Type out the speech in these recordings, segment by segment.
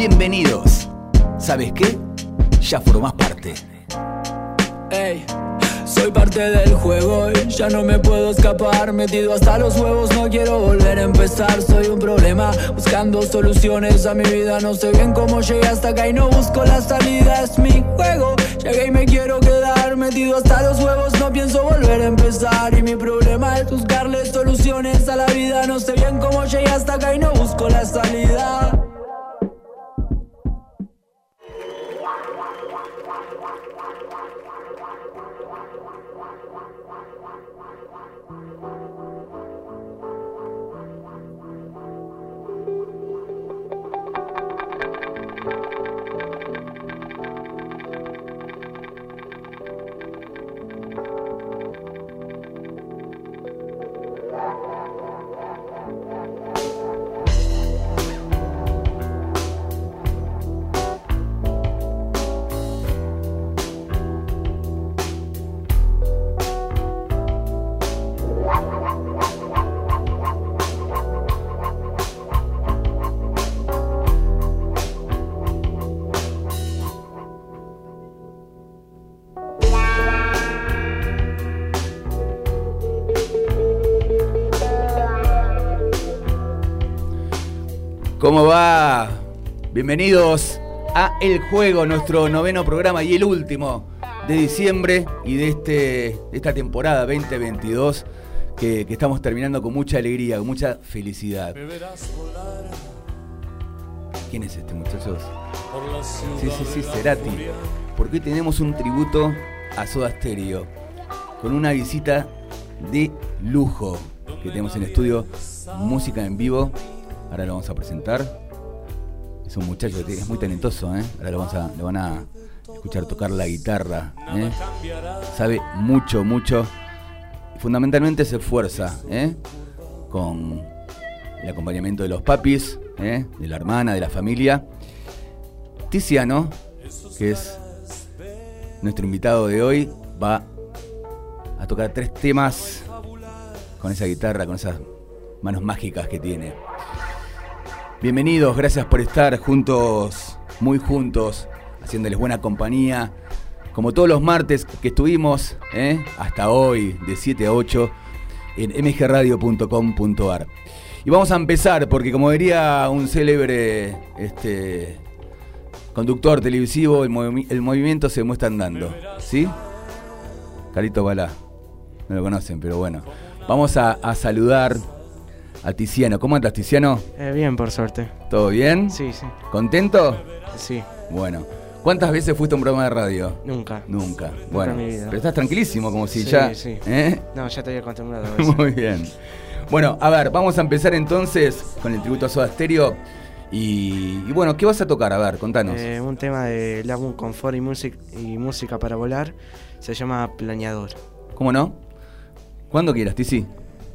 Bienvenidos. ¿Sabes qué? Ya formás parte. Ey, soy parte del juego y ya no me puedo escapar. Metido hasta los huevos, no quiero volver a empezar. Soy un problema, buscando soluciones a mi vida. No sé bien cómo llegué hasta acá y no busco la salida. Es mi juego, llegué y me quiero quedar. Metido hasta los huevos, no pienso volver a empezar. Y mi problema es buscarle soluciones a la vida. No sé bien cómo llegué hasta acá y no busco la salida. ¿Cómo va? Bienvenidos a El Juego, nuestro 9º programa y el último de diciembre y de esta temporada 2022 que estamos terminando con mucha alegría, con mucha felicidad. ¿Quién es este, muchachos? Sí, Cerati. Porque hoy tenemos un tributo a Soda Stereo con una visita de lujo que tenemos en el estudio, música en vivo. Ahora lo vamos a presentar. Es un muchacho que es muy talentoso, Ahora lo van a escuchar tocar la guitarra, Sabe mucho. Fundamentalmente se esfuerza, con el acompañamiento de los papis, de la hermana, de la familia. Tiziano, que es nuestro invitado de hoy, va a tocar 3 temas con esa guitarra, con esas manos mágicas que tiene. Bienvenidos, gracias por estar juntos, muy juntos, haciéndoles buena compañía, como todos los martes que estuvimos, hasta hoy, de 7 a 8, en mgradio.com.ar. Y vamos a empezar, porque como diría un célebre conductor televisivo, el movimiento se muestra andando, ¿sí? Carito Balá, no lo conocen, pero bueno. Vamos a saludar a Tiziano. ¿Cómo andas, Tiziano? Bien, por suerte. ¿Todo bien? Sí. ¿Contento? Sí. Bueno. ¿Cuántas veces fuiste a un programa de radio? Nunca. Bueno, en mi vida. Pero estás tranquilísimo, como si sí, ya... Sí. No, ya te había acostumbrado a eso. Muy bien. Bueno, a ver, vamos a empezar entonces con el tributo a Soda Stereo. Y bueno, ¿qué vas a tocar? A ver, contanos. Un tema del álbum Confort y música para volar. Se llama Planeador. ¿Cómo no? Cuando quieras, Tizi.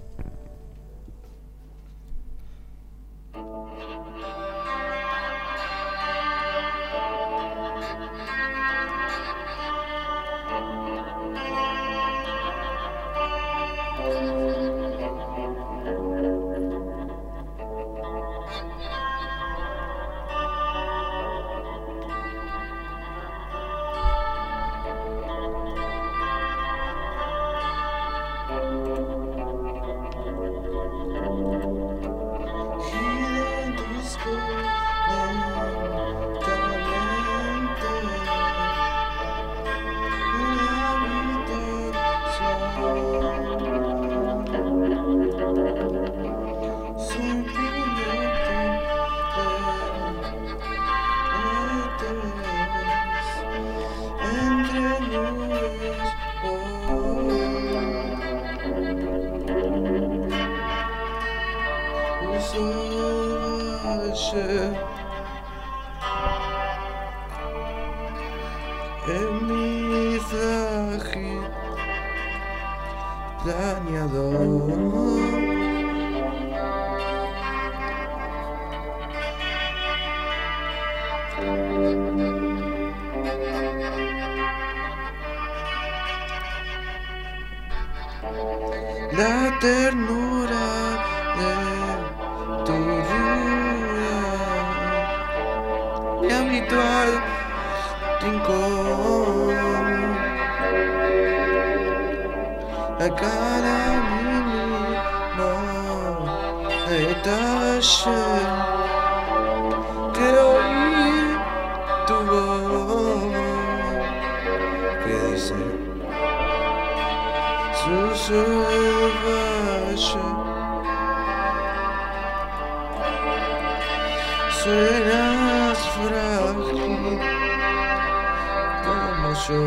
La ternura de tu rubia mi habitual rincón. La cara mínima detalle que oír tu voz que dice susurraje. Suenas frágil como yo.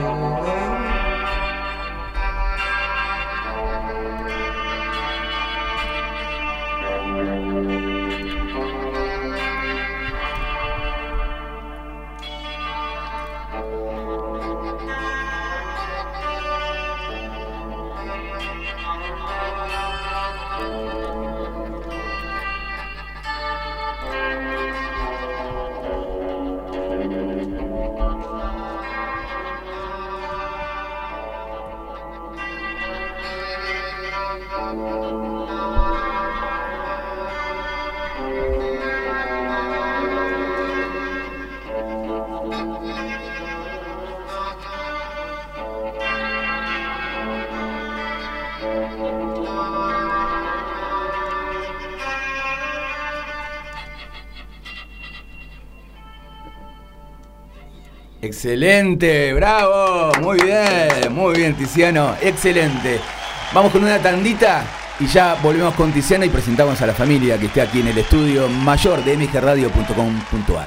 Excelente, bravo, muy bien Tiziano, excelente. Vamos con una tandita y ya volvemos con Tiziano y presentamos a la familia que esté aquí en el estudio mayor de mgradio.com.ar.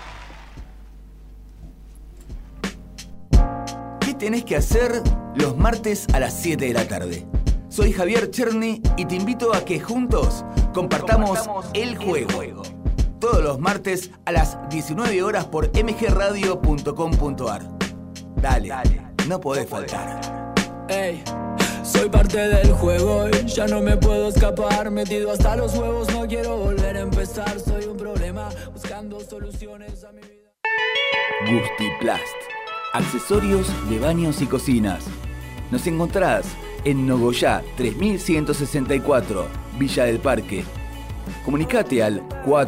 ¿Qué tenés que hacer los martes a las 7 de la tarde? Soy Javier Cherny y te invito a que juntos compartamos el juego. Todos los martes a las 19 horas por mgradio.com.ar. Dale, no podés faltar. Ey, soy parte del juego y ya no me puedo escapar. Metido hasta los huevos, no quiero volver a empezar. Soy un problema buscando soluciones a mi vida. Gustiplast, accesorios de baños y cocinas. Nos encontrás en Nogoyá 3164, Villa del Parque. Comunicate al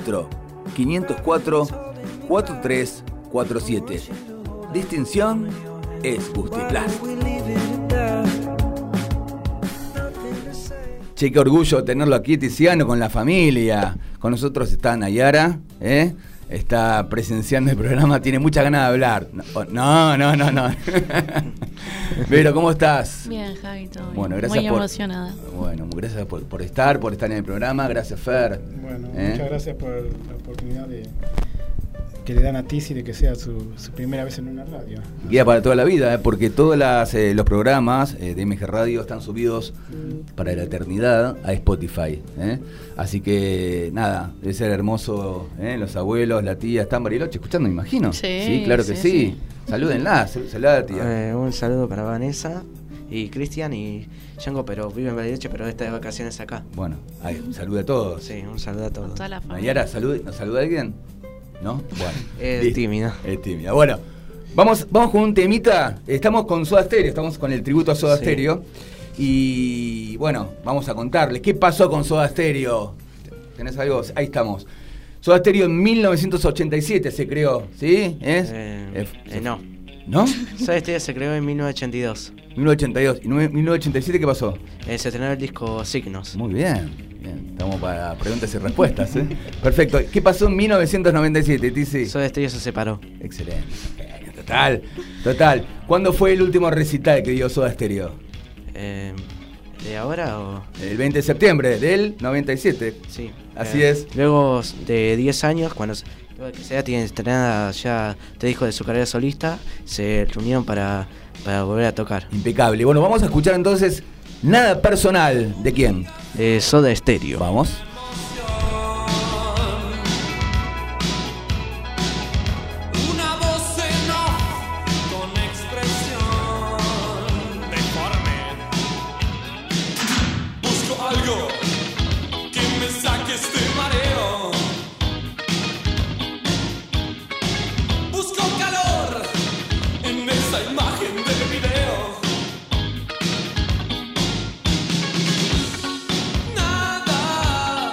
4-504-4347. Distinción es Gustiplast. Che, qué orgullo tenerlo aquí, Tiziano, con la familia. Con nosotros está Nayara, está presenciando el programa, tiene muchas ganas de hablar. No. Pero, ¿cómo estás? Bien, Javi, todo bien. Bueno, gracias muy emocionada. Bueno, gracias por estar en el programa. Gracias, Fer. Bueno, muchas gracias por la oportunidad que le dan a Tizi de que sea su primera vez en una radio. Guía para toda la vida, porque todos los programas de MG Radio están subidos para la eternidad a Spotify. Así que, nada, debe ser hermoso. Los abuelos, la tía, están Bariloche escuchando, me imagino. Sí, claro que sí. Salúdenla, saludá a la tía. Un saludo para Vanessa y Cristian y Django, pero vive en Bariloche, pero está de vacaciones acá. Bueno, un saludo a todos. Sí, un saludo a todos. Con toda la familia. Nayara, ¿nos saluda alguien? ¿No? Bueno. Es tímida. Es tímida. Bueno, vamos con un temita. Estamos con Soda Stereo, estamos con el tributo a Soda Stereo. Y bueno, vamos a contarles qué pasó con Soda Stereo. ¿Tenés algo? Ahí estamos. Soda Stereo en 1987 se creó, ¿sí? No. ¿No? Soda Stereo se creó en 1982. 1982. ¿Y 1987 qué pasó? Se estrenó el disco Signos. Muy bien. Estamos para preguntas y respuestas, Perfecto. ¿Qué pasó en 1997, Tizi? Soda Stereo se separó. Excelente. Total. ¿Cuándo fue el último recital que dio Soda Stereo? ¿De ahora o...? El 20 de septiembre del 97. Sí. Así es. Luego de 10 años, cuando que sea tiene estrenada ya 3 discos de su carrera solista, se reunieron para volver a tocar. Impecable. Bueno, vamos a escuchar entonces Nada Personal. ¿De quién? Soda Stereo. Vamos. Nada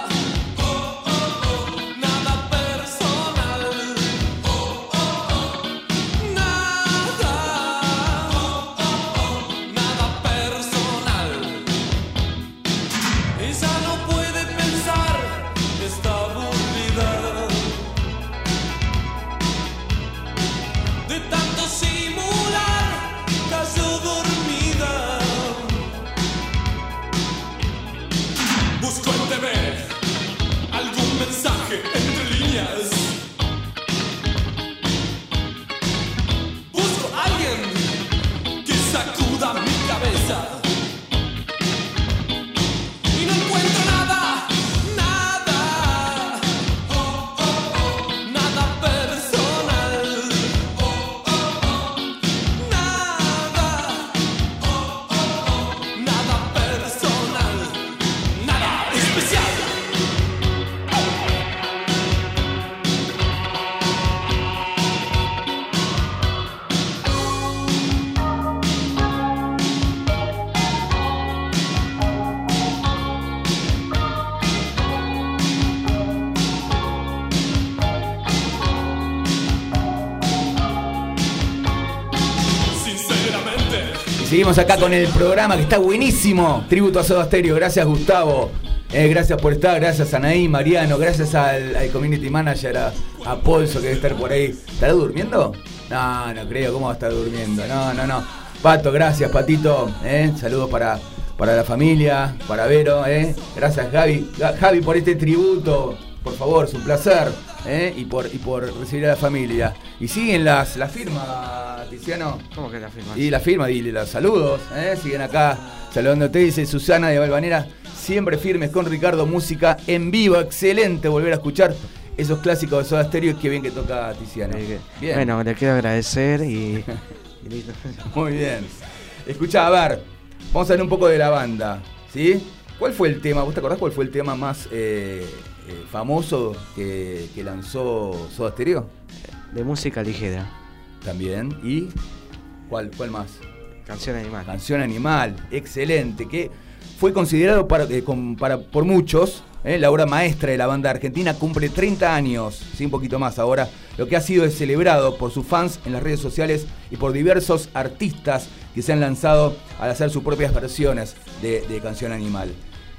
Seguimos acá con el programa que está buenísimo. Tributo a Soda Stereo. Gracias, Gustavo. Gracias por estar. Gracias a Anaí, Mariano. Gracias al community manager, a Polso, que debe estar por ahí. ¿Estará durmiendo? No, no creo. ¿Cómo va a estar durmiendo? No. Pato, gracias, Patito. Saludos para la familia, para Vero. Gracias, Javi, por este tributo. Por favor, es un placer. Y por recibir a la familia. Y siguen las firmas, Tiziano. ¿Cómo que las firmas? Y la firma, y los saludos. Siguen acá saludándote, dice Susana de Valvanera. Siempre firmes con Ricardo, música en vivo. Excelente volver a escuchar esos clásicos de Soda Stereo. Y qué bien que toca Tiziano. Bien. Bueno, le quiero agradecer y listo. Muy bien. Escuchá, a ver, vamos a hablar un poco de la banda, ¿sí? ¿Cuál fue el tema? ¿Vos te acordás cuál fue el tema más famoso que lanzó Soda Stereo? De música ligera. También. ¿Y cuál más? Canción Animal. Canción Animal, excelente. Que fue considerado por muchos la obra maestra de la banda argentina. Cumple 30 años, sí, un poquito más ahora. Lo que ha sido celebrado por sus fans en las redes sociales y por diversos artistas que se han lanzado al hacer sus propias versiones de Canción Animal.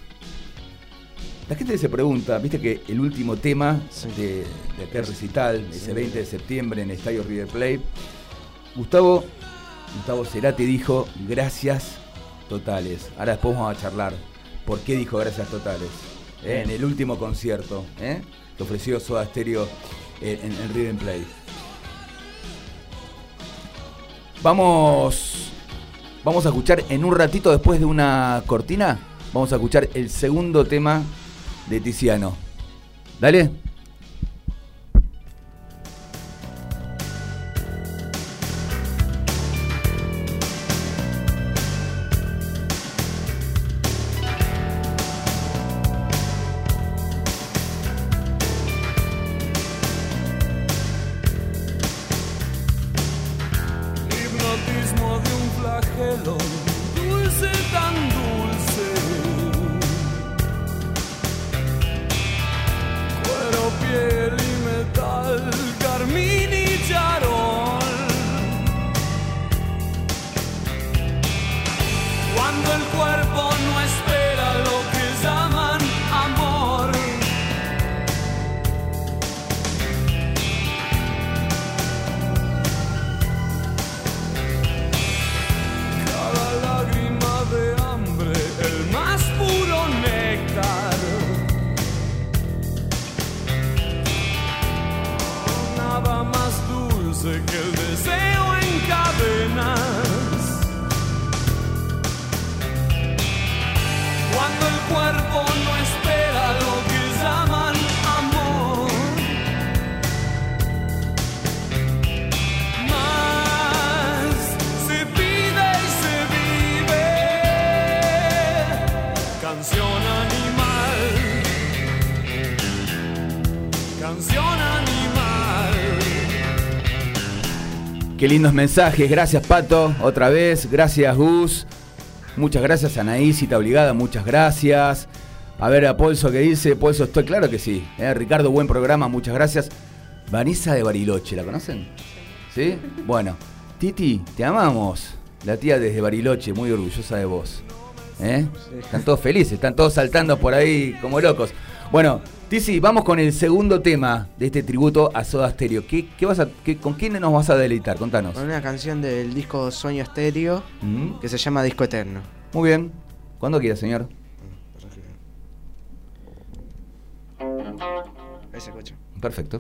La gente se pregunta, viste que el último tema de aquel recital, ese 20 de septiembre en el Estadio River Plate, Gustavo Cerati dijo gracias totales. Ahora después vamos a charlar por qué dijo gracias totales en el último concierto que ofreció Soda Stereo en el River Plate. Vamos a escuchar en un ratito, después de una cortina, vamos a escuchar el segundo tema de Tiziano. Dale. Hipnotismo de un flagelo, dulce tan dulce. Piel y metal, carmín y charol. Cuando el cuerpo no espera lo que llaman amor. Cada lágrima de hambre, el más puro néctar. Nada más dulce que el deseo en cadenas. Cuando el cuerpo no espera lo que llaman amor. Más se pide y se vive. Canción animal. Canción animal. Qué lindos mensajes, gracias Pato, otra vez, gracias Gus, muchas gracias Anaí, cita obligada, muchas gracias. A ver a Polso que dice, Polso estoy claro que sí, Ricardo, buen programa, muchas gracias. Vanessa de Bariloche, ¿la conocen? ¿Sí? Bueno, Titi, te amamos, la tía desde Bariloche, muy orgullosa de vos. Están todos felices, están todos saltando por ahí como locos. Bueno, Tizi, vamos con el segundo tema de este tributo a Soda Stereo. ¿Con quién nos vas a deleitar? Contanos. Con una canción del disco Sueño Stereo que se llama Disco Eterno. Muy bien. Cuando quiera, señor. Ahí se escucha. Perfecto.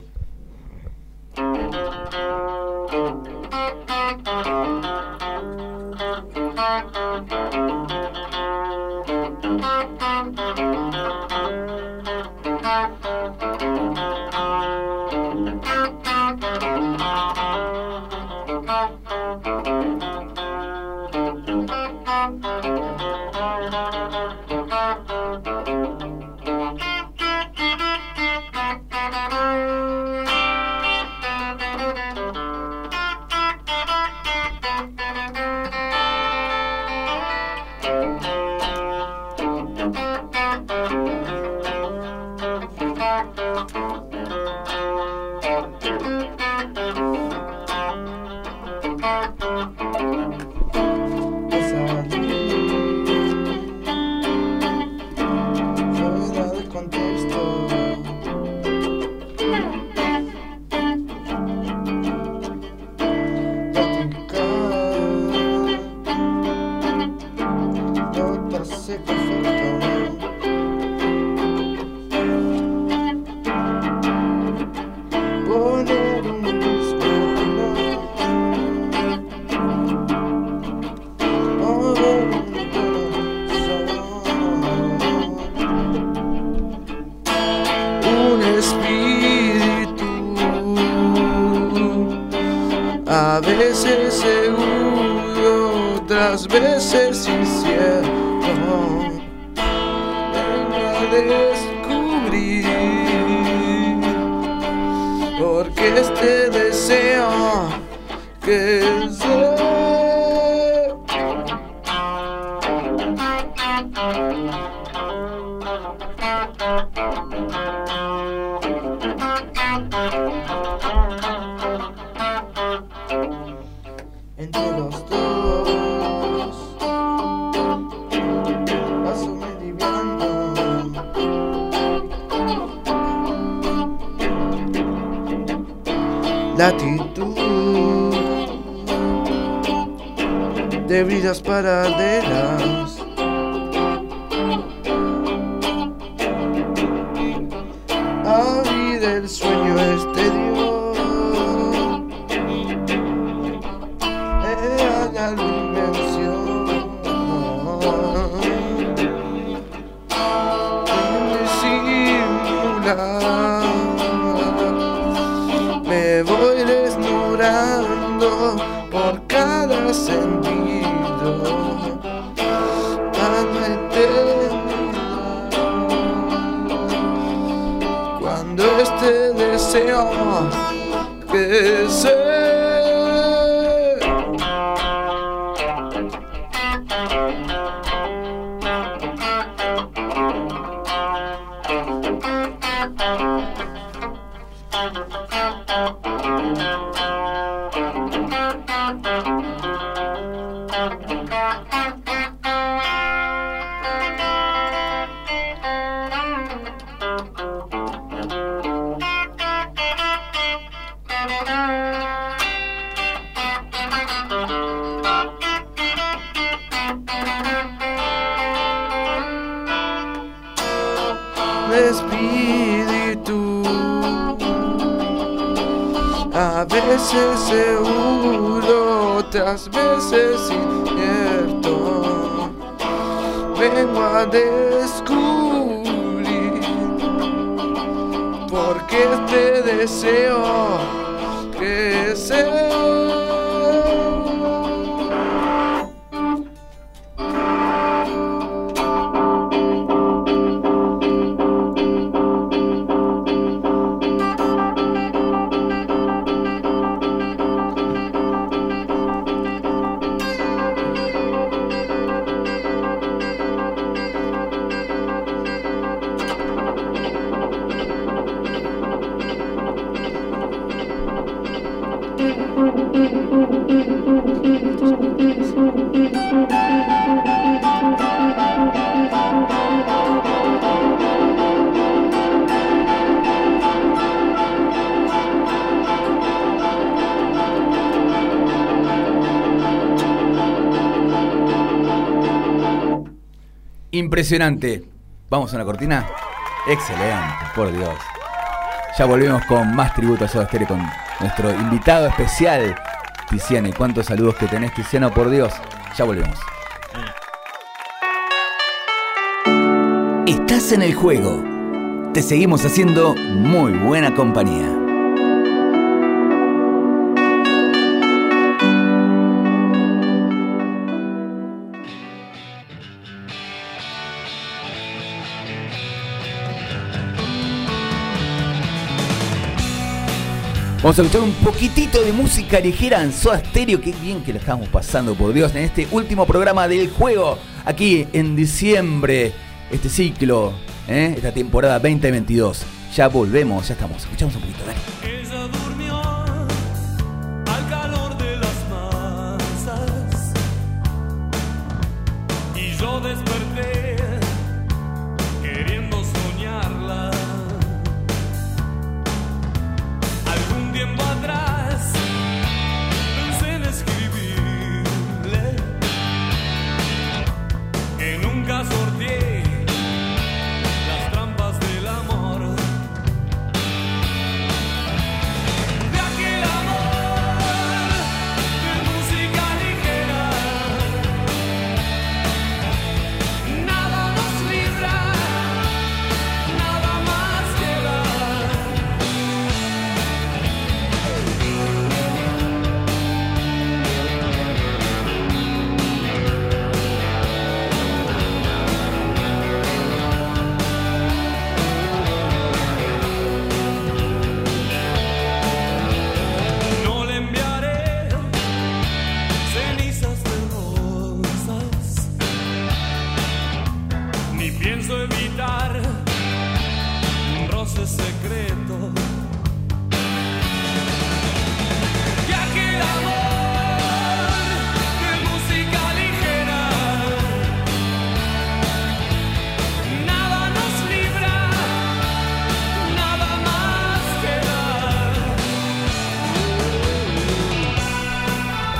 A veces seguro, otras veces incierto. Vengo a descubrir porque este deseo que sé. Entre los dos paso meridiano. Latitud de vidas paralelas. Abrir el sueño exterior. La dimensión disimular. Me voy desnudando por cada sentido a la eternidad. Cuando este deseo que sé. Espíritu, a veces seguro, otras veces incierto. Vengo a descubrir porque este deseo que sé. Impresionante. ¿Vamos a una cortina? Excelente, por Dios. Ya volvemos con más tributo a Soda Stereo con nuestro invitado especial, Tiziano. ¿Y cuántos saludos que tenés, Tiziano? Por Dios. Ya volvemos. Estás en el juego. Te seguimos haciendo muy buena compañía. Vamos a escuchar un poquitito de música ligera en Soda Stereo. Qué bien que lo estamos pasando, por Dios, en este último programa del juego, aquí en diciembre, este ciclo, esta temporada 2022. Ya volvemos, ya estamos. Escuchamos un poquito, dale. Ella durmió al calor de las masas y yo desperté queriendo soñarla. Algún tiempo atrás pensé en escribirle que nunca sorteé las trampas del amor.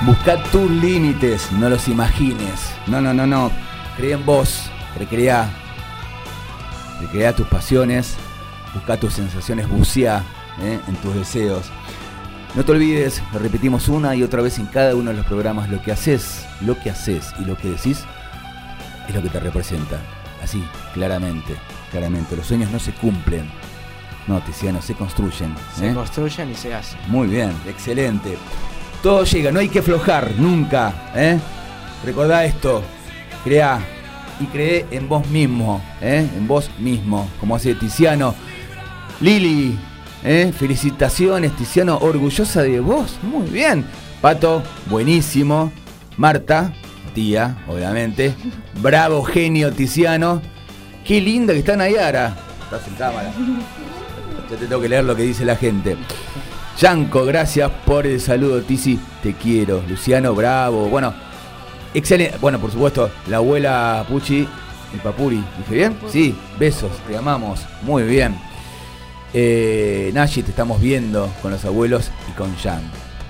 Busca tus límites, no los imagines. No. Cree en vos, recrea tus pasiones, busca tus sensaciones, bucea en tus deseos. No te olvides, lo repetimos una y otra vez en cada uno de los programas, lo que haces y lo que decís es lo que te representa. Así, claramente. Los sueños no se cumplen. No, Tiziano, se construyen. Se construyen y se hacen. Muy bien, excelente. Todo llega, no hay que aflojar nunca. Recordá esto, creá y cree en vos mismo, en vos mismo, como hace Tiziano. Lili, felicitaciones, Tiziano, orgullosa de vos, muy bien. Pato, buenísimo. Marta, tía, obviamente. Bravo, genio, Tiziano. Qué linda que está Nayara. Estás en cámara. Ya te tengo que leer lo que dice la gente. Yanko, gracias por el saludo, Tizi, te quiero. Luciano, bravo. Bueno, excelente. Bueno, por supuesto, la abuela Puchi, el Papuri. ¿Dije bien? Sí, besos, te amamos. Muy bien. Nashi, te estamos viendo con los abuelos y con Jan.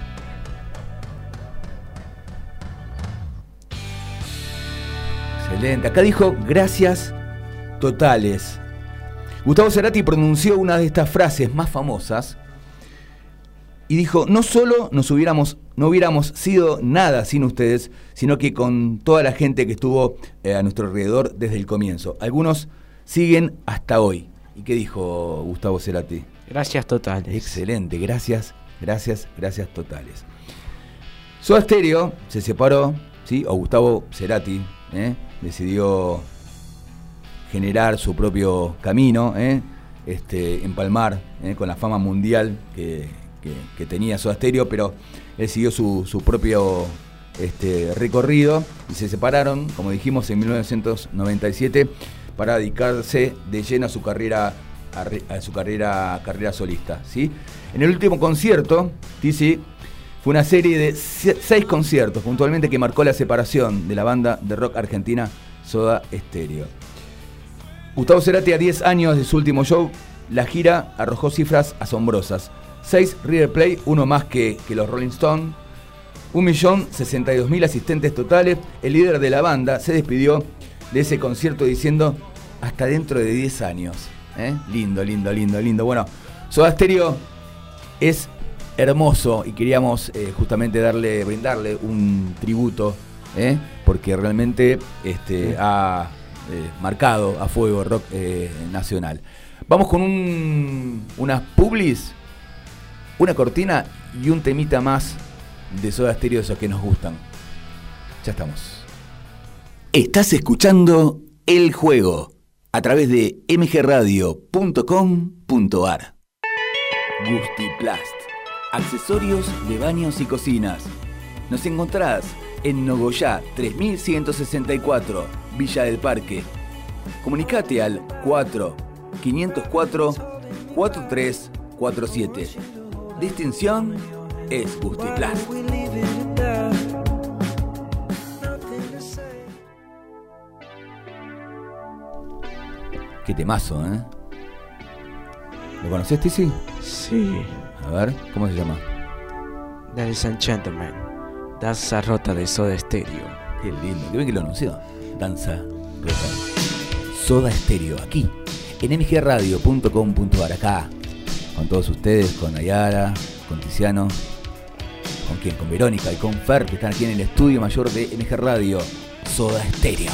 Excelente. Acá dijo gracias totales. Gustavo Cerati pronunció una de estas frases más famosas y dijo: no solo no hubiéramos sido nada sin ustedes, sino que con toda la gente que estuvo a nuestro alrededor desde el comienzo. Algunos siguen hasta hoy. ¿Y qué dijo Gustavo Cerati? Gracias totales. Excelente, gracias totales. Soda Stereo se separó, ¿sí? O Gustavo Cerati decidió generar su propio camino, empalmar con la fama mundial que tenía Soda Stereo, pero él siguió su propio recorrido y se separaron, como dijimos, en 1997 para dedicarse de lleno a su carrera solista, ¿sí? En el último concierto, Tizi, fue una serie de 6 conciertos puntualmente que marcó la separación de la banda de rock argentina Soda Stereo. Gustavo Cerati, a 10 años de su último show, la gira arrojó cifras asombrosas. 6 River Plate, uno más que los Rolling Stones, 1.062.000 asistentes totales. El líder de la banda se despidió de ese concierto diciendo: hasta dentro de 10 años. Lindo. Bueno, Soda Stereo es hermoso y queríamos justamente brindarle un tributo, porque realmente ha marcado a fuego rock nacional. Vamos con unas publis, una cortina y un temita más de Soda Stereo, esos que nos gustan. Ya estamos. Estás escuchando El Juego a través de mgradio.com.ar. Gustiplast, accesorios de baños y cocinas. Nos encontrás en Nogoyá 3164, Villa del Parque. Comunicate al 4-504-4347. Distinción es Gustiplast. Qué temazo, ¿eh? ¿Lo conocés, Tizi? Sí. A ver, ¿cómo se llama? Ladies and gentlemen, Danza Rota de Soda Stereo. Qué lindo, qué bien que lo anunció. Danza Rota. Soda Stereo, aquí, en mgradio.com.ar, acá, con todos ustedes, con Nayara, con Tiziano, ¿con quién? Con Verónica y con Fer, que están aquí en el estudio mayor de MG Radio. Soda Stereo.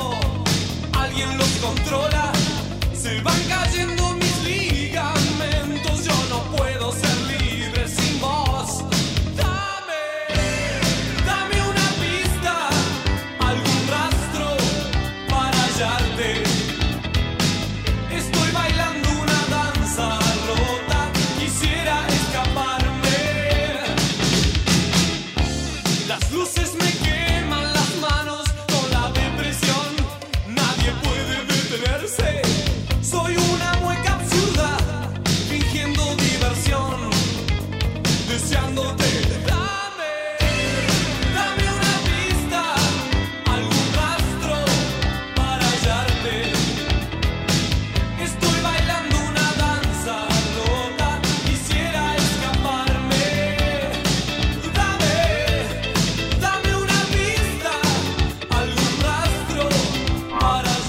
Alguien los controla, se van cayendo mis ligamentos.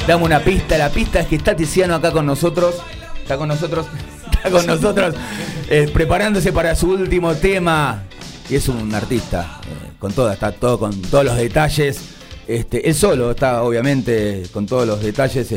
damos una pista. La pista es que está Tiziano acá con nosotros. Está con nosotros, preparándose para su último tema. Y es un artista, está todo con todos los detalles. Él solo está, obviamente, con todos los detalles,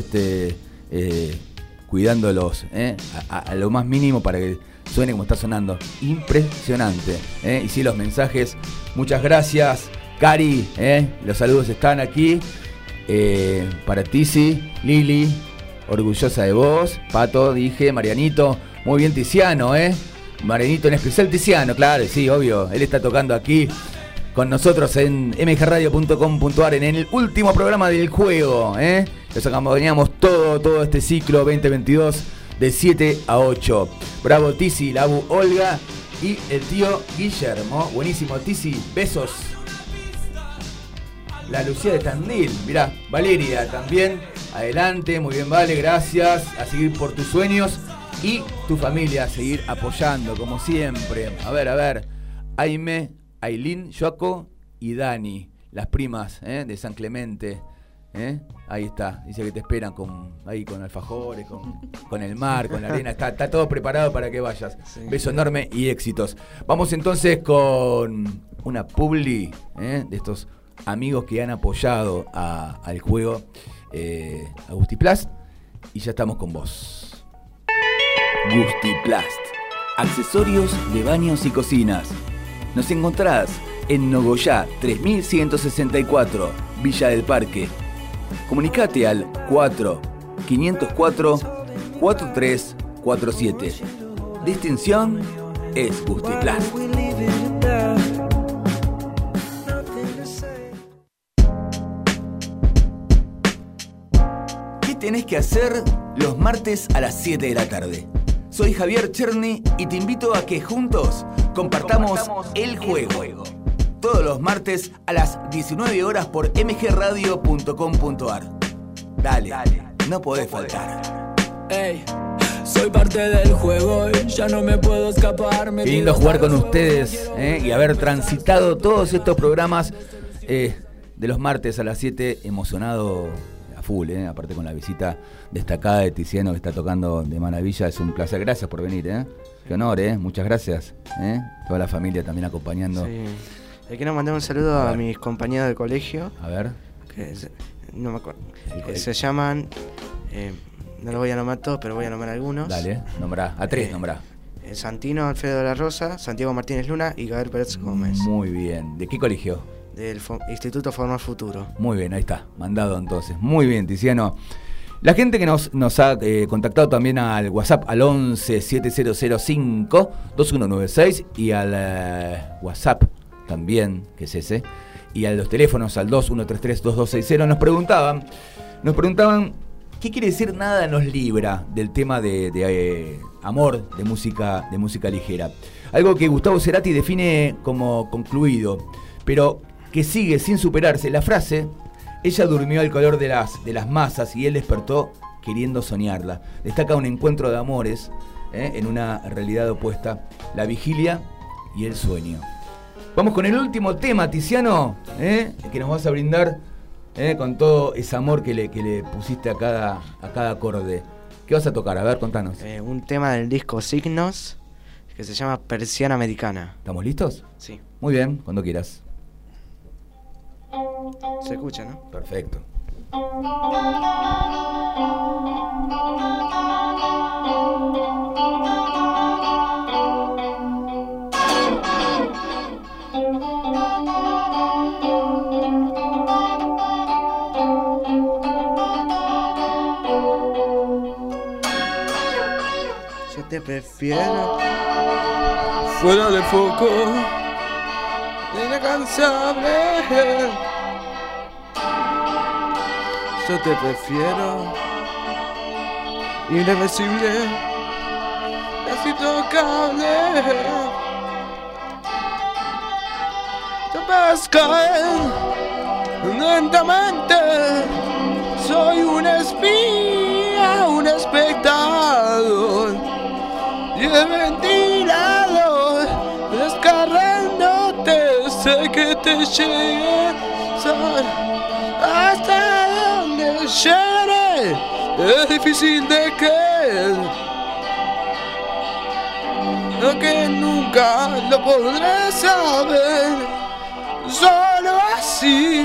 cuidándolos a lo más mínimo para que suene como está sonando. Impresionante. Y sí, los mensajes, muchas gracias, Cari. Los saludos están aquí. Para Tizi, Lili, orgullosa de vos. Pato, dije, Marianito. Muy bien, Tiziano, Marianito, en especial Tiziano, claro, sí, obvio. Él está tocando aquí con nosotros en mgradio.com.ar en el último programa del juego. Los acompañamos todo este ciclo 2022 de 7 a 8. Bravo Tizi, la Abu Olga y el tío Guillermo. Buenísimo, Tizi, besos. La Lucía de Tandil, mirá, Valeria también. Adelante, muy bien, Vale, gracias. A seguir por tus sueños y tu familia, a seguir apoyando, como siempre. A ver, Aime, Ailín, Joaco y Dani, las primas de San Clemente. Ahí está, dice que te esperan con alfajores, con el mar, con la arena. Está todo preparado para que vayas. Sí. Beso enorme y éxitos. Vamos entonces con una publi de estos amigos que han apoyado al juego, a Gustiplast, y ya estamos con vos. Gustiplast, accesorios de baños y cocinas. Nos encontrás en Nogoyá 3164, Villa del Parque. Comunicate al 4-504-4347. Distinción es Gustiplast. ¿Qué tenés que hacer los martes a las 7 de la tarde? Soy Javier Cherny y te invito a que juntos compartamos el juego. Todos los martes a las 19 horas por mgradio.com.ar. Dale, no podés faltar. Ey, soy parte del juego y ya no me puedo escapar. Qué lindo jugar con ustedes y haber transitado todos estos programas de los martes a las 7, emocionado a full, aparte con la visita destacada de Tiziano, que está tocando de maravilla. Es un placer, gracias por venir, qué honor, muchas gracias, toda la familia también acompañando. Sí. Quiero mandar un saludo a mis compañeros del colegio. A ver. No me acuerdo. Se llaman, no los voy a nombrar todos, pero voy a nombrar algunos. Dale, nombrá, a 3 nombrá. Santino Alfredo de la Rosa, Santiago Martínez Luna y Gabriel Pérez Gómez. Muy bien, ¿de qué colegio? Del Instituto Formar Futuro. Muy bien, ahí está, mandado entonces. Muy bien, Tiziano. La gente que nos ha contactado también al WhatsApp al 11 7005 2196 y al WhatsApp también, que es ese, y a los teléfonos al 2133-2260, nos preguntaban qué quiere decir Nada nos libra del tema de amor, de música ligera. Algo que Gustavo Cerati define como concluido, pero que sigue sin superarse. La frase: ella durmió al color de las masas y él despertó queriendo soñarla. Destaca un encuentro de amores en una realidad opuesta, la vigilia y el sueño. Vamos con el último tema, Tiziano, que nos vas a brindar con todo ese amor que le pusiste a cada acorde. ¿Qué vas a tocar? A ver, contanos. Un tema del disco Signos que se llama Persiana Americana. ¿Estamos listos? Sí. Muy bien, cuando quieras. Se escucha, ¿no? Perfecto. Yo te prefiero fuera de foco, inalcanzable. Yo te prefiero irreversible, casi intocable. Te vas a caer lentamente. Soy un espía, un espectador, y el ventilador descargándote. Sé que te llegué hasta donde llegaré. es difícil de creer, lo que nunca lo podré saber, solo así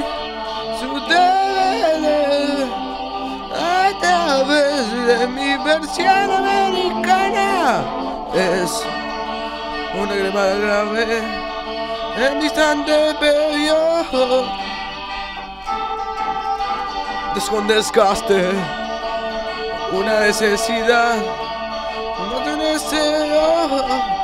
sucede a través de mi versión americana. Es una crema grave en distante periodo, con desgaste, una necesidad, un deseo.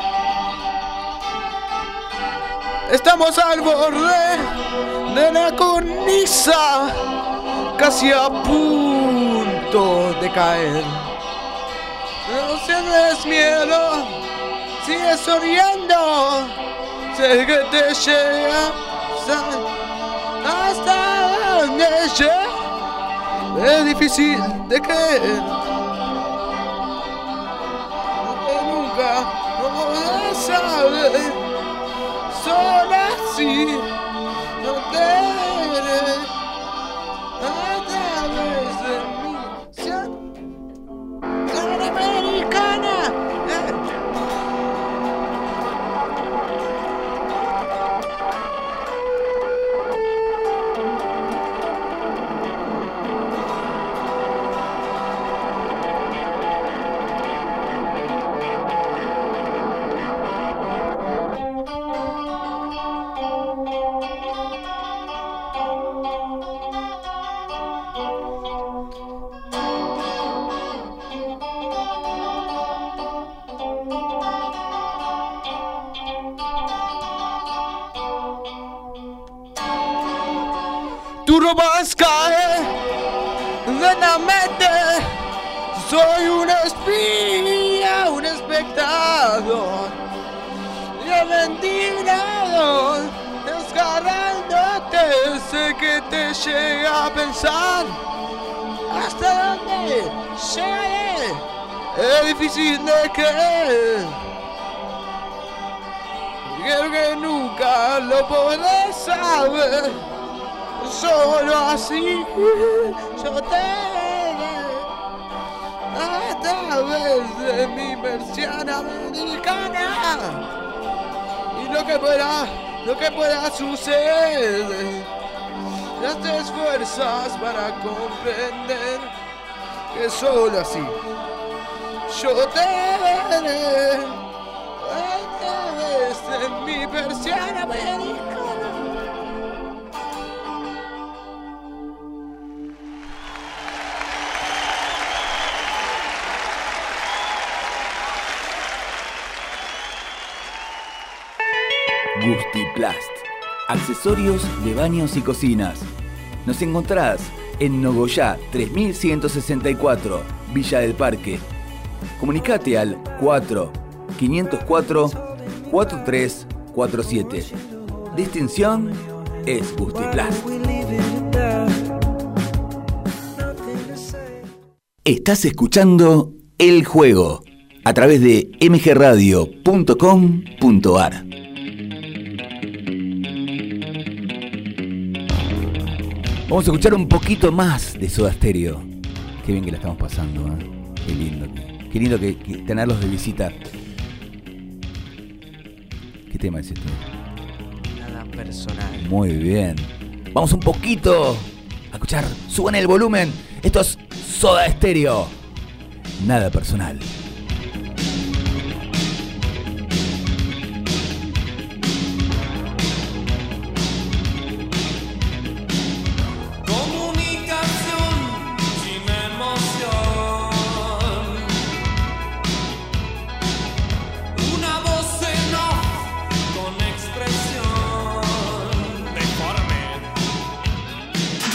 Estamos al borde de la cornisa, casi a punto de caer. No sientes miedo, sigues sonriendo, sé que te llega hasta donde llega. Es difícil de creer, que nunca lo podrás saber, solo así no te veré a través de mi visión americana. Tu romance cae lentamente, soy un espía, un espectador, y el ventilador desgarrándote, sé que te llega a pensar hasta dónde llegaré, es difícil de creer, creo que nunca lo podré saber. Solo así yo te veré a través de mi versión americana, y lo que pueda suceder, ya te esfuerzas para comprender que solo así yo te veré a través de mi versión americana. Gustiplast, accesorios de baños y cocinas. Nos encontrás en Nogoyá 3164, Villa del Parque. Comunicate al 4-504-4347. Distinción es Gustiplast. Estás escuchando El Juego a través de mgradio.com.ar. Vamos a escuchar un poquito más de Soda Stereo. Qué bien que la estamos pasando, ¿eh? Qué lindo. Qué lindo que tenerlos de visita. ¿Qué tema es este? Nada personal. Muy bien. Vamos un poquito a escuchar. Suban el volumen. Esto es Soda Stereo. Nada personal.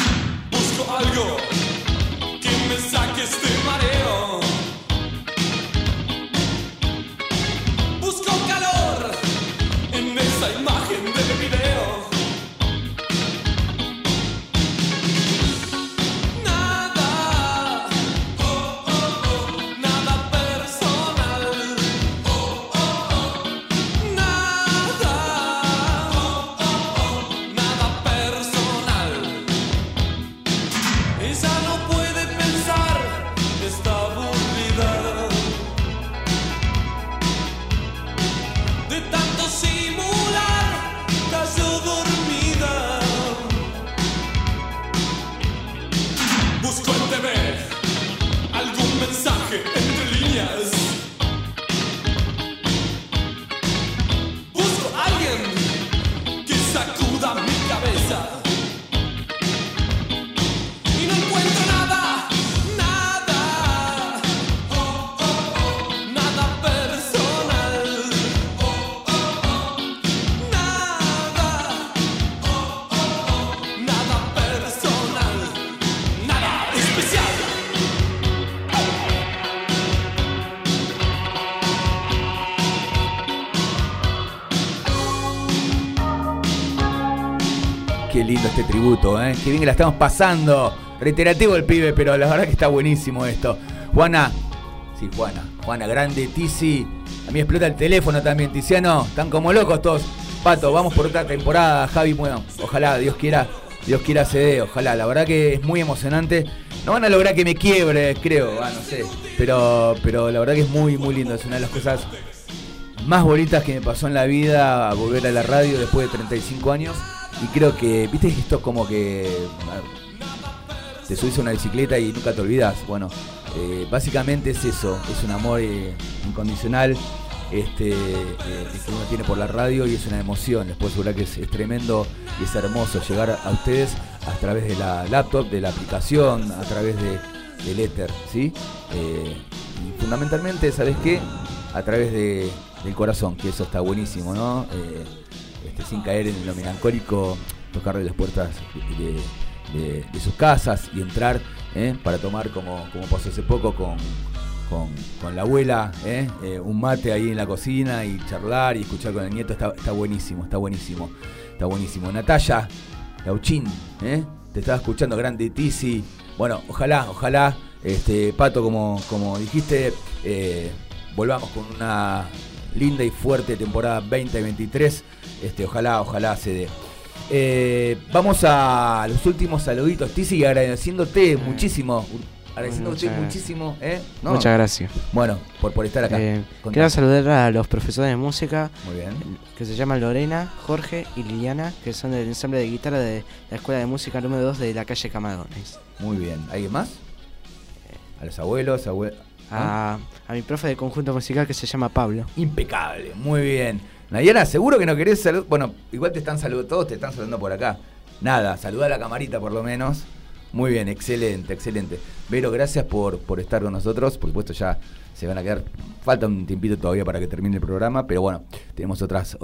Algo que me saque este mareo. Qué lindo este tributo, ¿eh? Qué bien que la estamos pasando. Reiterativo el pibe, pero la verdad que está buenísimo esto. Juana, sí, Juana, grande, Tizi. A mí explota el teléfono también, Tiziano. Están como locos todos. Pato, vamos por otra temporada, Javi. Bueno, ojalá, Dios quiera se dé, ojalá. La verdad que es muy emocionante. No van a lograr que me quiebre, creo, no sé. Pero la verdad que es muy, muy lindo. Es una de las cosas más bonitas que me pasó en la vida, volver a la radio después de 35 años. Y creo que, viste, esto es como que te subís a una bicicleta y nunca te olvidas. Bueno, básicamente es eso, es un amor incondicional que uno tiene por la radio y es una emoción. Les puedo asegurar que es tremendo y es hermoso llegar a ustedes a través de la laptop, de la aplicación, a través del éter, ¿sí? Y fundamentalmente, ¿sabes qué? A través del corazón, que eso está buenísimo, ¿no? Sin caer en lo melancólico, tocarle las puertas de sus casas y entrar para tomar, como pasó hace poco con la abuela, un mate ahí en la cocina y charlar y escuchar con el nieto. Está buenísimo. Natalia Gauchín, te estaba escuchando, grande Tizi. Bueno, ojalá, Pato, como dijiste, volvamos con una linda y fuerte temporada 2023. Ojalá se dé. Vamos a los últimos saluditos, Tizi, agradeciéndote muchísimo. Muchísimo, ¿no? Muchas gracias. Bueno, por estar acá. Quiero saludar a los profesores de música. Muy bien. Que se llaman Lorena, Jorge y Liliana, que son del ensamble de guitarra de la Escuela de Música número 2 de la calle Camarones. Muy bien. ¿Alguien más? A los abuelos, a mi profe de conjunto musical que se llama Pablo. Impecable, muy bien. Nayara, seguro que no querés saludar. Bueno, igual te están saludando, todos te están saludando por acá. Nada, saluda a la camarita por lo menos. Muy bien, excelente. Vero, gracias por estar con nosotros. Por supuesto, ya se van a quedar. Falta un tiempito todavía para que termine el programa, pero bueno, tenemos otras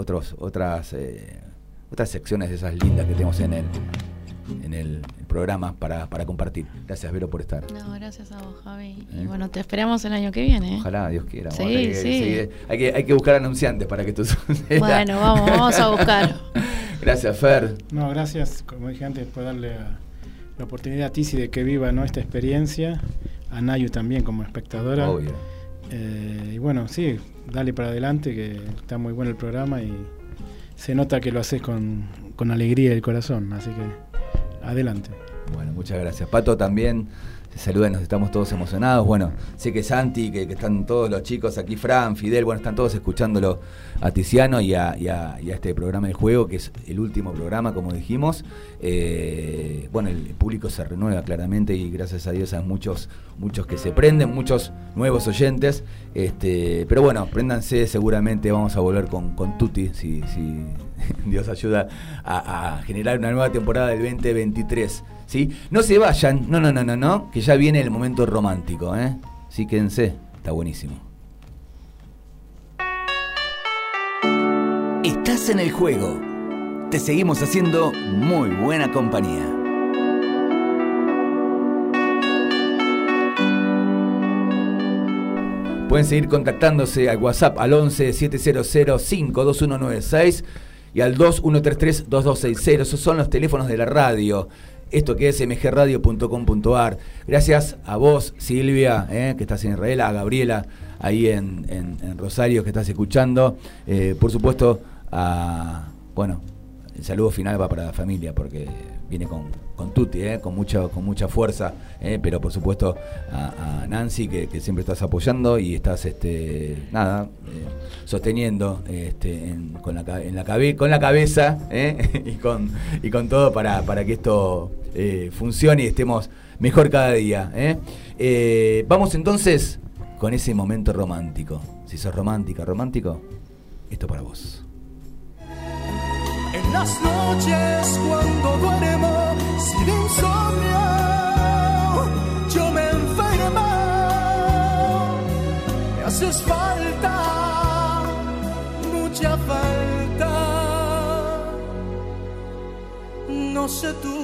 secciones de esas lindas que tenemos en el programa para compartir. Gracias, Vero, por estar. No, gracias a vos, Javi. Y bueno, te esperamos el año que viene. Ojalá, Dios quiera. Sí, bueno, sí. Hay que buscar anunciantes para que esto suceda. Bueno, vamos a buscar. Gracias, Fer. No, gracias, como dije antes, por darle la oportunidad a Tizi de que viva, ¿no?, esta experiencia. A Nayu también como espectadora. Obvio. Y bueno, sí, dale para adelante, que está muy bueno el programa y se nota que lo haces con alegría del corazón, así que adelante. Bueno, muchas gracias. Pato también, te saludan, estamos todos emocionados. Bueno, sé que Santi, que están todos los chicos aquí, Fran, Fidel, bueno, están todos escuchándolo a Tiziano y a este programa de juego, que es el último programa, como dijimos. Bueno, el público se renueva claramente y gracias a Dios hay muchos que se prenden, muchos nuevos oyentes. Pero bueno, préndanse, seguramente vamos a volver con Tuti, si Dios ayuda a generar una nueva temporada del 2023. ¿Sí? No se vayan, no, que ya viene el momento romántico, Sí, quédense, está buenísimo. Estás en el juego. Te seguimos haciendo muy buena compañía. Pueden seguir contactándose al WhatsApp al 11 700 52196 y al 2133 2260. Esos son los teléfonos de la radio. Esto que es mgradio.com.ar. Gracias a vos, Silvia, que estás en Israel, a Gabriela, ahí en Rosario, que estás escuchando. Por supuesto, bueno, el saludo final va para la familia, porque viene con Tuti, con mucha fuerza, pero por supuesto a Nancy, que siempre estás apoyando y estás sosteniendo con la cabeza y con todo para que esto funcione y estemos mejor cada día. Vamos entonces con ese momento romántico. Si sos romántico, esto para vos. En las noches cuando duermo sin insomnio, yo me enfermo. Me haces falta, mucha falta. No sé tú.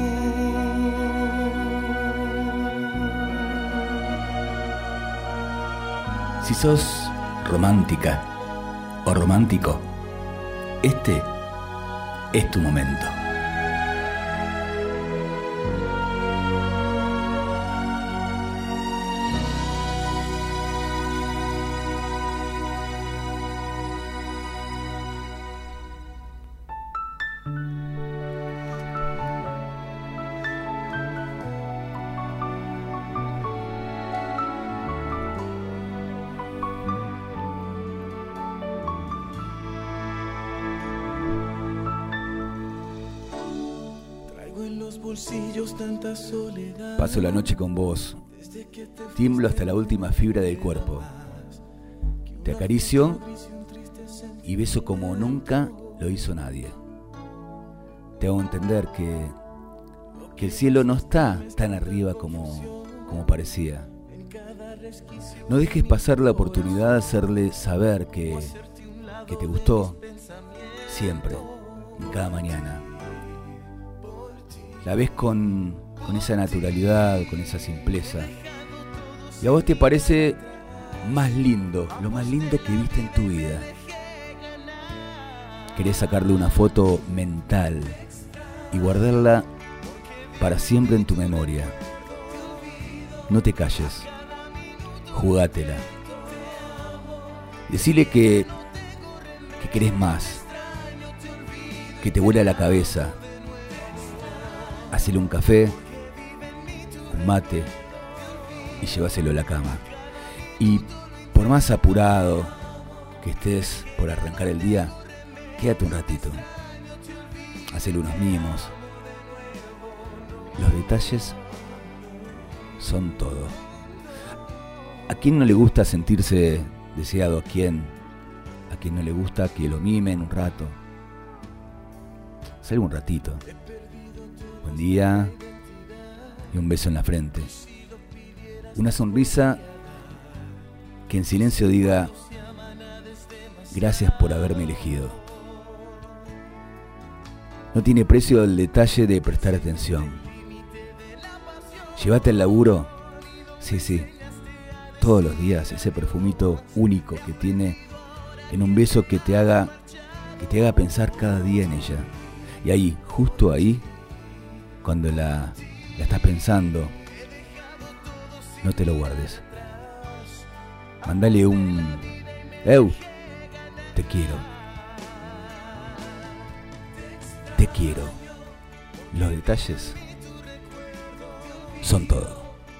Si sos romántica o romántico, este es tu momento. Paso la noche con vos, tiemblo hasta la última fibra del cuerpo. Te acaricio y beso como nunca lo hizo nadie. Te hago entender que el cielo no está tan arriba como parecía. No dejes pasar la oportunidad de hacerle saber que te gustó siempre, en cada mañana. La ves con esa naturalidad, con esa simpleza. Y a vos te parece más lindo, lo más lindo que viste en tu vida. Querés sacarle una foto mental y guardarla para siempre en tu memoria. No te calles, jugátela. Decile que querés más, que te vuela la cabeza. Hacele un café, un mate y llévaselo a la cama. Y por más apurado que estés por arrancar el día, quédate un ratito. Hacele unos mimos. Los detalles son todo. ¿A quién no le gusta sentirse deseado? ¿A quién no le gusta que lo mimen un rato? Salga un ratito. Buen día y un beso en la frente. Una sonrisa que en silencio diga: gracias por haberme elegido. No tiene precio el detalle de prestar atención. Llévate al laburo, sí, todos los días, ese perfumito único que tiene en un beso que te haga pensar cada día en ella. Y ahí, justo ahí, cuando la estás pensando, no te lo guardes. Mándale un te quiero. Te quiero. Los detalles son todo.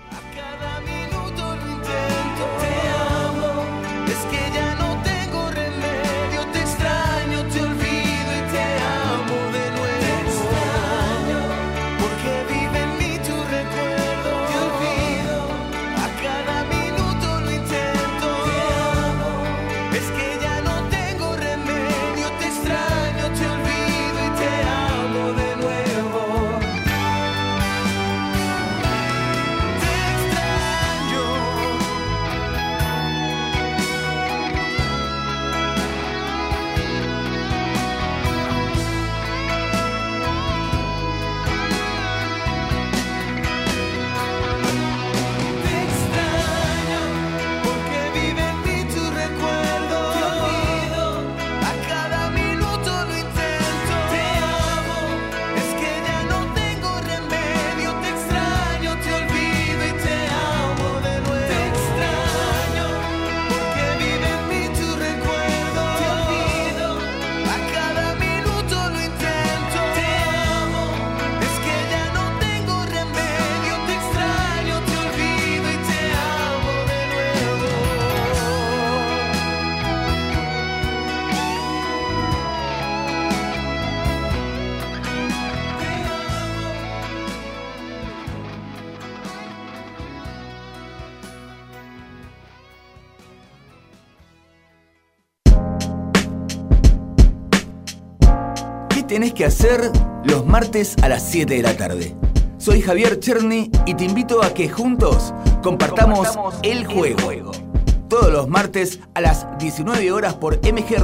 Tenés que hacer los martes a las 7 de la tarde. Soy Javier Cherny y te invito a que juntos compartamos el juego. Todos los martes a las 19 horas por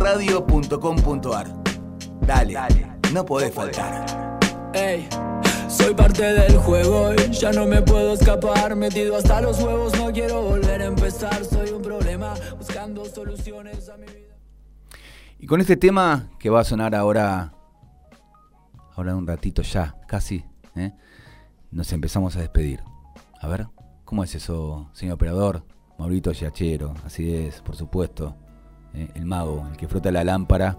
mgradio.com.ar. Dale, no podés faltar. Ey, soy parte del juego y ya no me puedo escapar. Metido hasta los huevos, no quiero volver a empezar. Soy un problema buscando soluciones a mi vida. Y con este tema que va a sonar ahora en un ratito ya, casi, nos empezamos a despedir. A ver, ¿cómo es eso, señor operador? Maurito Yachero, así es, por supuesto. El mago, el que frota la lámpara.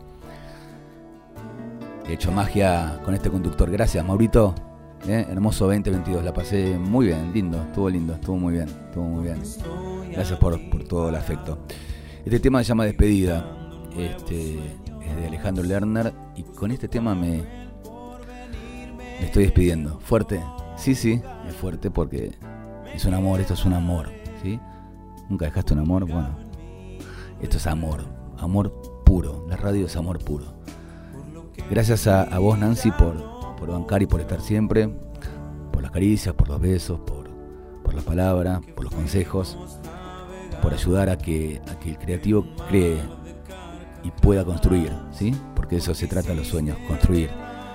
He hecho magia con este conductor. Gracias, Maurito. Hermoso 2022, la pasé muy bien, lindo, estuvo muy bien. Gracias por todo el afecto. Este tema se llama Despedida. Es de Alejandro Lerner y con este tema me me estoy despidiendo. ¿Fuerte? Sí, es fuerte porque es un amor, esto es un amor, ¿sí? ¿Nunca dejaste un amor? Bueno, esto es amor puro, la radio es amor puro. Gracias a vos, Nancy, por bancar y por estar siempre, por las caricias, por los besos, por la palabra, por los consejos, por ayudar a que el creativo cree y pueda construir, ¿sí? Porque de eso se trata los sueños, construir.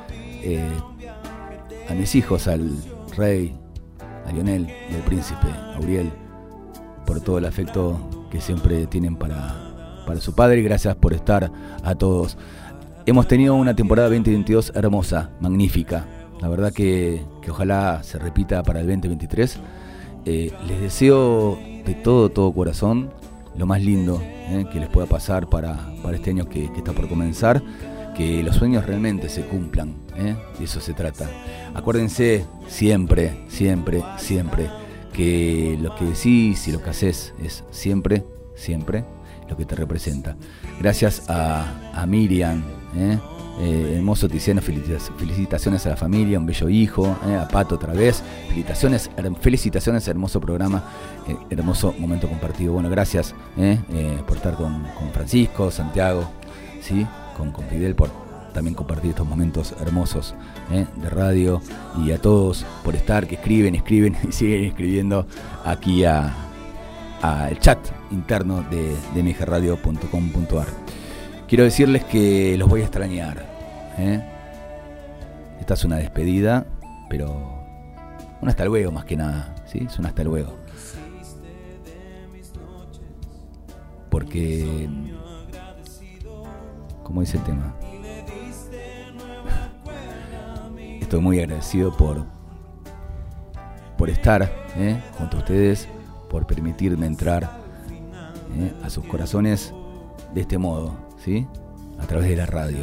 A mis hijos, al Rey, a Lionel y al Príncipe, a Uriel, por todo el afecto que siempre tienen para su padre, y gracias por estar a todos. Hemos tenido una temporada 2022 hermosa, magnífica. La verdad que ojalá se repita para el 2023. Les deseo de todo corazón lo más lindo que les pueda pasar para este año que está por comenzar. Que los sueños realmente se cumplan, de eso se trata. Acuérdense siempre que lo que decís y lo que haces es siempre lo que te representa. Gracias a Miriam, hermoso Tiziano, felicitaciones a la familia, un bello hijo, a Pato otra vez, felicitaciones, hermoso programa, hermoso momento compartido. Bueno, gracias por estar con Francisco, Santiago, ¿sí? con Fidel, por también compartir estos momentos hermosos de radio, y a todos por estar, que escriben y siguen escribiendo aquí al chat interno de migerradio.com.ar. Quiero decirles que los voy a extrañar. Esta es una despedida, pero un hasta luego más que nada, ¿sí? Es un hasta luego. Porque, como dice el tema, estoy muy agradecido por estar junto a ustedes, por permitirme entrar a sus corazones de este modo, ¿sí? A través de la radio.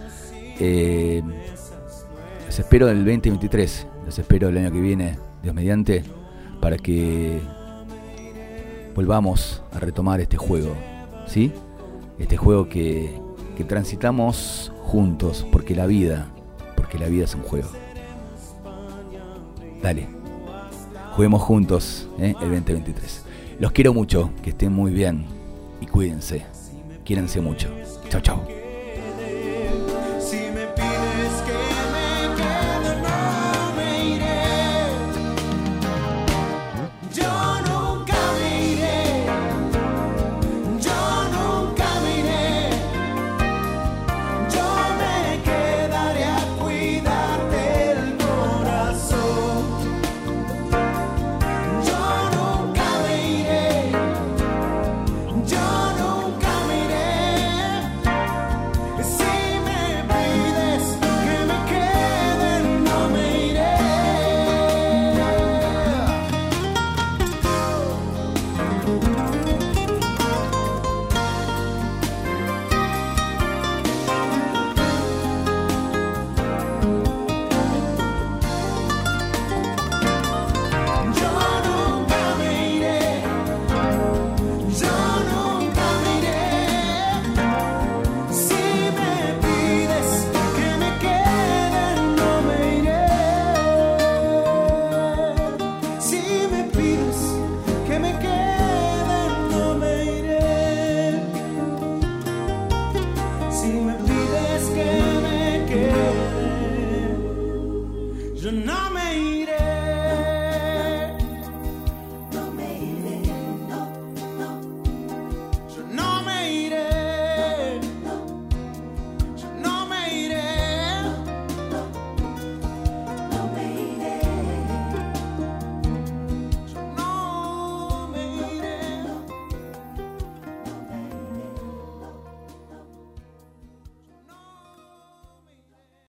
Los espero el 2023, los espero el año que viene, Dios mediante, para que volvamos a retomar este juego, ¿sí? Este juego que transitamos juntos, porque la vida es un juego. Dale, juguemos juntos el 2023. Los quiero mucho, que estén muy bien y cuídense, quiéranse mucho. Chau, chau. Yo